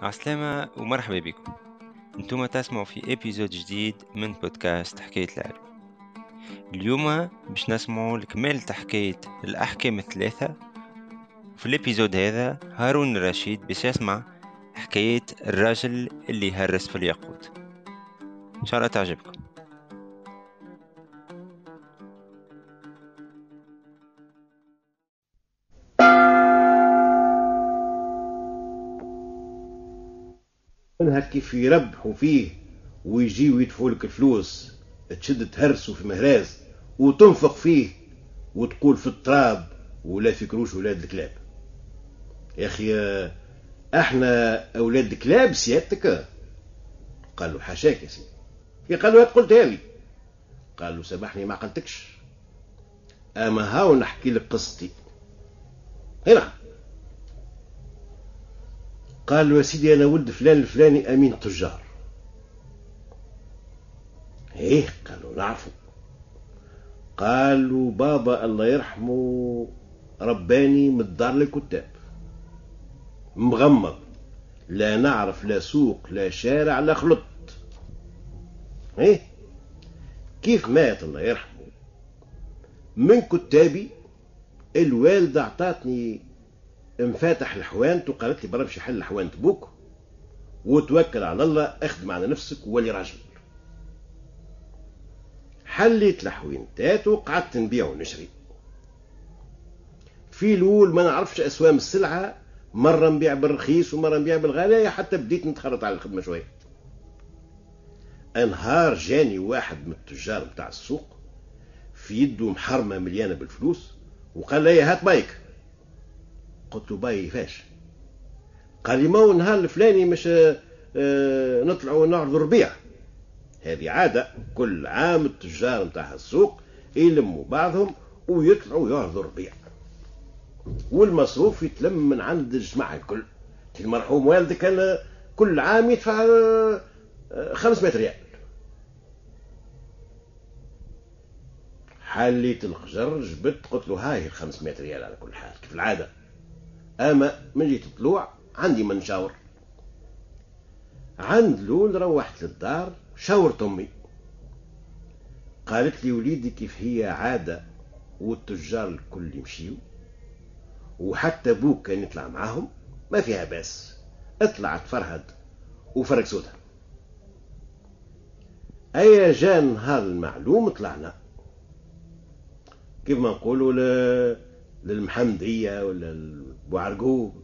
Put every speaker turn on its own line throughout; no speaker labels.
عسلامة ومرحبا بكم. انتم تسمعوا في ابيزود جديد من بودكاست حكاية العالم. اليوم باش نسمعوا لكمال حكاية الأحكام الثلاثة. في الابيزود هذا هارون الرشيد باش يسمع حكاية الراجل اللي هرس في الياقوت. ان شاء الله تعجبكم.
من هكي في يربحوا فيه ويجيو يدفعوا لك الفلوس، تشد تهرسوا في مهراز وتنفق فيه وتقول في التراب ولا في كروش ولاد الكلاب. يا اخي احنا اولاد الكلاب سيادتك؟ قال له حاشاك يا سيدي. قال له هات قلت هذه. قال له سامحني ما قلتكش، اما هاو نحكي لك قصتي هنا. قال له يا سيدي انا ولد فلان الفلاني امين التجار. ايه قال له نعرفه. قال له بابا الله يرحمه رباني من الدار للكتاب، مغمض، لا نعرف لا سوق لا شارع لا خلط. ايه كيف مات الله يرحمه من كتابي الوالدة اعطتني مفاتح الحوانت وقالت لي برا امشي حل حوانت بوك وتوكل على الله، اخدم على نفسك وولي راجل. حليت الحوينتات وقعدت نبيع ونشري. في الاول ما نعرفش اسوام السلعه، مره نبيع بالرخيص ومره نبيع بالغالي، حتى بديت نتخرط على الخدمه شويه. انهار جاني واحد من التجار بتاع السوق في يده محرمه مليانه بالفلوس وقال لي هات بايك. قلت له باي فاش؟ قال لي ما هو النهار الفلاني مش نطلعوا نعرضوا الربيع. هذه عاده كل عام التجار بتاع السوق يلموا بعضهم ويطلعوا يعرضوا الربيع، والمصروف يتلم من عند الجماعة الكل. المرحوم والدي كان كل عام يدفع 500 ريال. حليت الخجر جبت قلت له هاي 500 ريال على كل حال كيف العادة. اما من جيت طلوع عندي من نشاور. عند لول روحت للدار شاورت امي، قالت لي وليدي كيف هي عادة والتجار الكل يمشيوا وحتى ابوك كان يطلع معاهم ما فيها باس، اطلع تفرهد وفرق سودا. اي جاء نهار المعلوم طلعنا كيف ما نقولوا للمحمدية ولا بوعرقوب،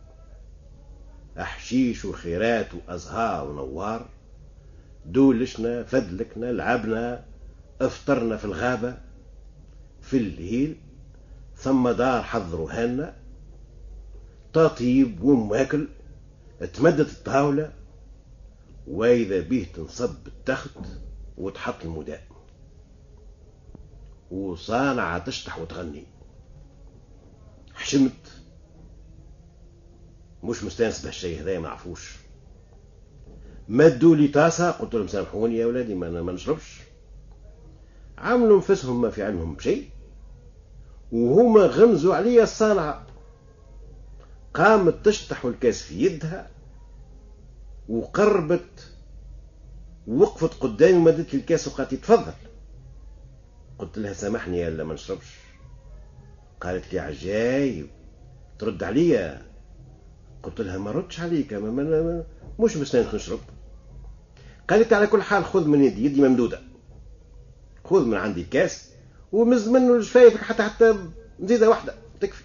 احشيش وخيرات وازهار ونوار، دولشنا فدلكنا لعبنا افطرنا في الغابة. في الليل ثم دار حضروا هنا تطيب وماكل، تمدت الطاولة واذا به تنصب التخت وتحط المداء وصانعة تشطح وتغني. حشمت مش مستانس بهالشيء هذا ما عرفوش. مدوا لي طاسة قلت لهم سامحوني يا ولادي ما نشربش. عملوا نفسهم ما في علمهم بشيء وهما غمزوا علي الصانعة. قامت تشطح الكاس في يدها وقربت وقفت قدامي ومدت لي الكاس وقالت لي تفضل. قلت لها سامحني يا ما نشربش. قالت لي عجايب ترد عليا. قلت لها ما ردش عليك مش مستانس نشرب. قالت على كل حال خذ من يدي ممدودة، خذ من عندي الكاس ومز منه الشفايفك حتى نزيدة واحدة تكفي.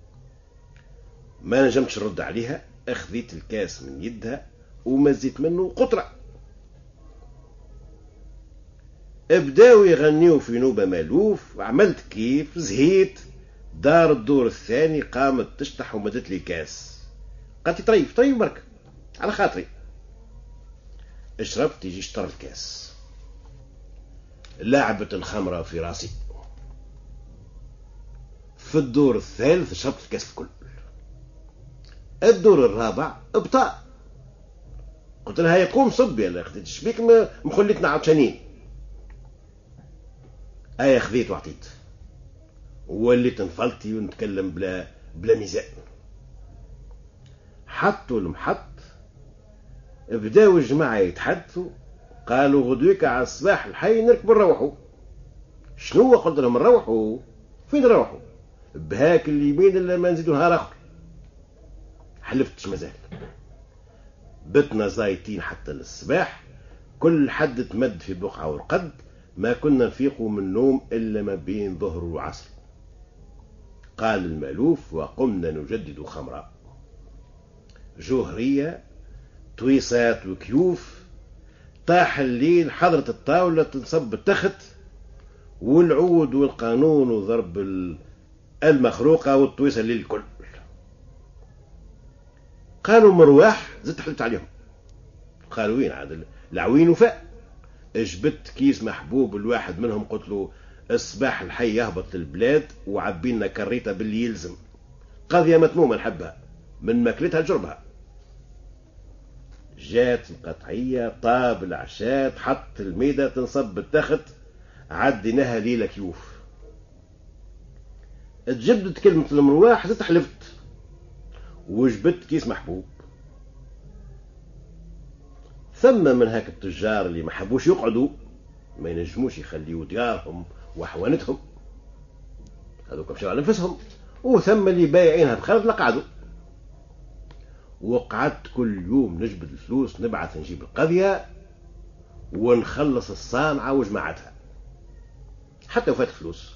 ما نجمتش نرد عليها، اخذيت الكاس من يدها ومزيت منه قطرة. ابداو يغنيوا في نوبة مالوف، عملت كيف زهيت. دار الدور الثاني قامت تشطح ومدت لي كاس، قالت لي طيب برك على خاطري. اشربت يجي شطر الكاس، لعبت الخمرة في راسي. في الدور الثالث شربت الكاس الكل. الدور الرابع ابطاء. قلت لها يقوم صب يا اختي شبيك مخليتنا عطشانين. اي خذيت وعطيت ووليت نفلتي ونتكلم بلا ميزان. حطوا المحط بداو الجماعة يتحدثوا، قالوا غدويك على الصباح الحي نركبوا نروحوا. شنو؟ قلت لهم نروحوا. فين نروحوا؟ بهاك اليمين اللي ما نزيدوا نهار اخر. حلفتش مازال. بتنا زايتين حتى للصباح، كل حد تمد في بقعة ورقد، ما كنا نفيقوا من النوم إلا ما بين ظهر وعصر. قال المألوف: وقمنا نجدد خمرا. جوهرية، تويصات وكيوف، طاح الليل، حضرة الطاولة تنصب التخت، والعود والقانون وضرب المخروقة والطويسة الليل الكل. قالوا مرواح، زدت حلت عليهم. قالوا وين عاد العوين وفاء؟ جبت كيس محبوب الواحد منهم، قلت له الصباح الحي يهبط للبلاد وعبينا كريته باللي يلزم، قضية متمومة نحبها من ماكلتها لجربها. جات القطعية، طاب العشاء، حط الميدة، تنصب التخت، عديناها ليلة كيوف. تجبدت كلمة المرواح، زدت حلفت وجبت كيس محبوب. ثم من هاك التجار اللي ما حبوش يقعدوا، ما ينجموش يخليوا ديارهم وحوانتهم، هذوك مشاو على نفسهم، وثم اللي بايعينها بخلط لقعدوا. وقعدت كل يوم نجبد الفلوس، نبعث نجيب القضية ونخلص الصانعة وجماعتها حتى وفات فلوس.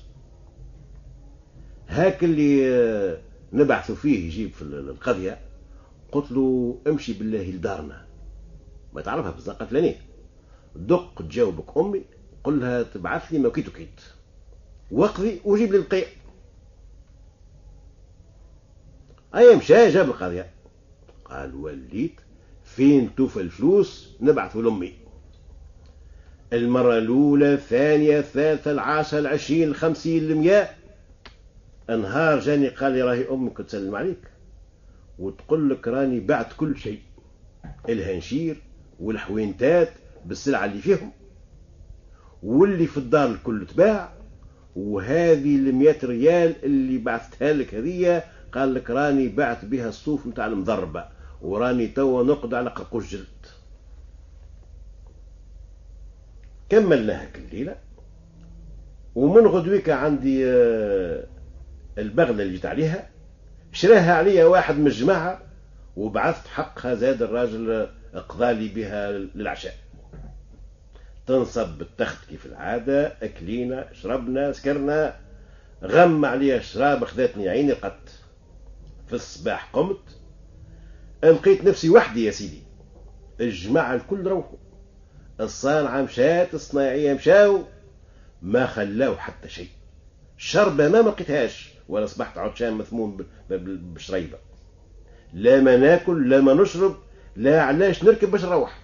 هاك اللي نبعثوا فيه يجيب في القضية، قلت له امشي بالله لدارنا، ما تعرفها في الزنقة الفلانية، دق تجاوبك أمي، قل لها تبعث لي موكيت وكيت، واقضي وجيب لي البقية. أي مشى جاب القضية. قال وليت فين توفى الفلوس نبعثوا لأمي. المرة الأولى، الثانية، الثالثة، العاشرة، العشرين، الخمسين، المية. انهار جاني قال لي راهي أمك تسلم عليك وتقول لك راني بعت كل شيء، الهنشير والحوينتات بالسلعة اللي فيهم، واللي في الدار الكل تباع، وهذه ال100 ريال اللي بعثتها لك هذه قال لك راني بعت بها الصوف متاع المضربة، وراني توا نقض على قرقوش جلد. كملناها الليلة، ومن غدويك عندي البغلة اللي جيت عليها شراها عليا واحد من الجماعة، وبعثت حقها زاد الراجل اقضالي بها للعشاء. تنصب التخت كيف العادة، اكلينا شربنا سكرنا، غم عليا الشراب، خذتني عيني قط. في الصباح قمت لقيت نفسي وحدي يا سيدي، الجماعة الكل روحوا، الصانعة مشات، الصناعية مشاو، ما خلاو حتى شيء. شربة ما لقيتهاش، ولا صبحت عطشان مثموم بشريبة، لا ما ناكل لا ما نشرب، لا علاش نركب باش نروح.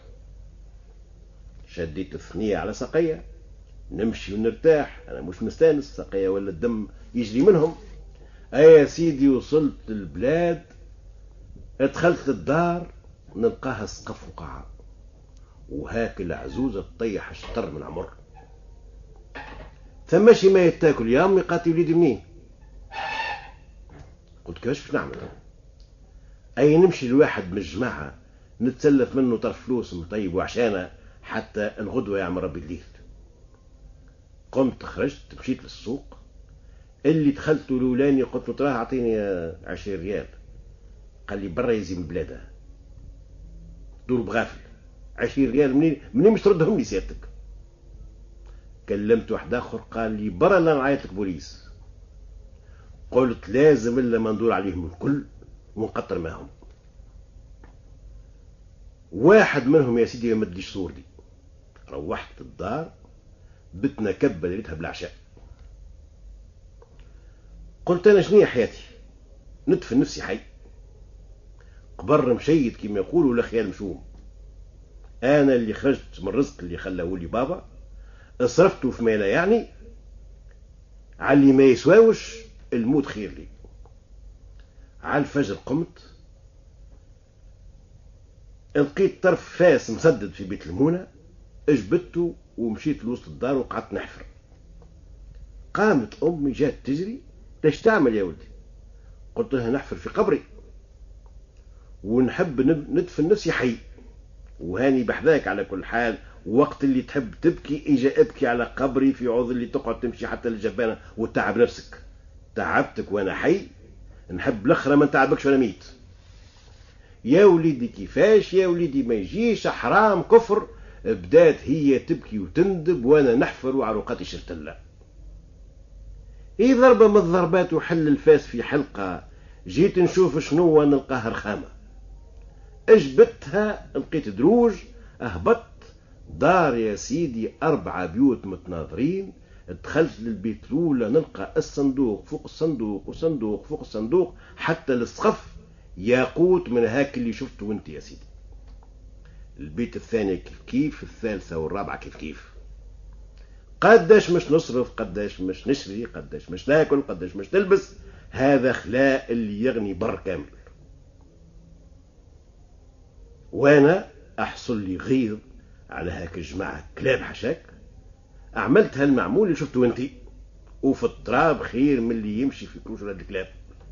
شديت الثنية على ساقية، نمشي ونرتاح، انا مش مستانس ساقية ولا الدم يجري منهم. يا سيدي وصلت البلاد، ادخلت الدار نلقاها سقف وقاعة، وهاك العزوزة تطيح الشطر من عمر. ثماشي ما يتاكل يا امي، قالت وليدي منين؟ قلت كيفاش باش نعمل؟ اي نمشي لواحد من الجماعة نتسلف منه طرف فلوس مطيب وعشانة حتى الغدوة يعمل ربي الليل. قمت خرجت مشيت للسوق، اللي دخلته الاولاني قلت له تراه اعطيني 20 ريال، قال لي برا يزيم بلادها دور بغافل، 20 ريال منين مش تردهم لي سيادتك؟ كلمت واحد اخر قال لي برا لا نعيط لك بوليس. قلت لازم الا ما ندور عليهم الكل ونقطر معهم. واحد منهم يا سيدي ما مديش صورتي، روحت الدار بتنا كبه ليلتها بالعشاء. قلت انا شنيا حياتي، ندفن نفسي حي، قبر مشيد كما يقولوا ولا خيال مشوم. انا اللي خرجت من الرزق اللي خلاه لي بابا صرفته في ما لا يعني، على اللي ما يسواوش الموت خير لي. على الفجر قمت لقيت طرف فاس مسدد في بيت المونة، اجبدته ومشيت لوسط الدار وقعدت نحفر. قامت امي جات تجري، ايش تعمل يا ولدي؟ قلت لها نحفر في قبري ونحب ندفن نفسي حي، وهاني بحذاك على كل حال. وقت اللي تحب تبكي اجا ابكي على قبري، في عوض اللي تقعد تمشي حتى للجبانة وتعب نفسك. تعبتك وانا حي، نحب الاخرى ما نتعبكش وانا ميت. يا وليدي كيفاش يا وليدي ما يجيش حرام كفر. بدات هي تبكي وتندب وانا نحفر وعروقاتي شرتلة. اي ضربة من الضربات وحل الفاس في حلقة. جيت نشوف شنو نلقاها رخامة. اجبتها لقيت دروج. اهبط دار يا سيدي 4 بيوت متناظرين. دخلت للبيت الاولى نلقى الصندوق فوق الصندوق وصندوق فوق الصندوق حتى للسقف ياقوت من هاك اللي شفته وانت يا سيدي. البيت الثاني كيف كيف، الثالثة والرابعة كيف كيف. قداش مش نصرف، قداش مش نشري، قداش مش ناكل، قداش مش نلبس. هذا خلاء اللي يغني بر كامل. وانا احصل لي غيظ على هاك الجماعة كلاب حشاك. عملت هالمعمول اللي شفته انتي، وفي التراب خير من اللي يمشي في كروش ولاد الكلاب.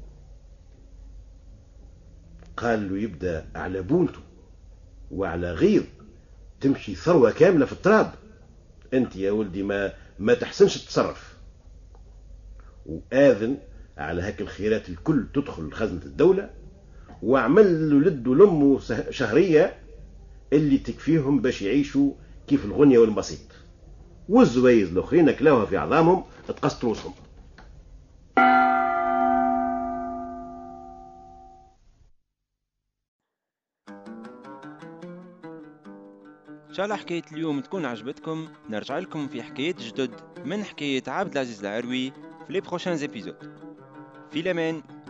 قال له يبدا على بونته وعلى غيظ تمشي ثروة كاملة في التراب. انت يا ولدي ما تحسنش تتصرف. وآذن على هاك الخيرات الكل تدخل خزنة الدولة، وعمل له لد ولمه شهرية اللي تكفيهم باش يعيشوا كيف الغنية والبسيط. والزويز الاخرين كلاوها في عظامهم تقصت روسهم.
إن شاء الله حكاية اليوم تكون عجبتكم. نرجع لكم في حكايات جدد من حكاية عبد العزيز العروي في لي بروشان زيبيزود. في الأمان.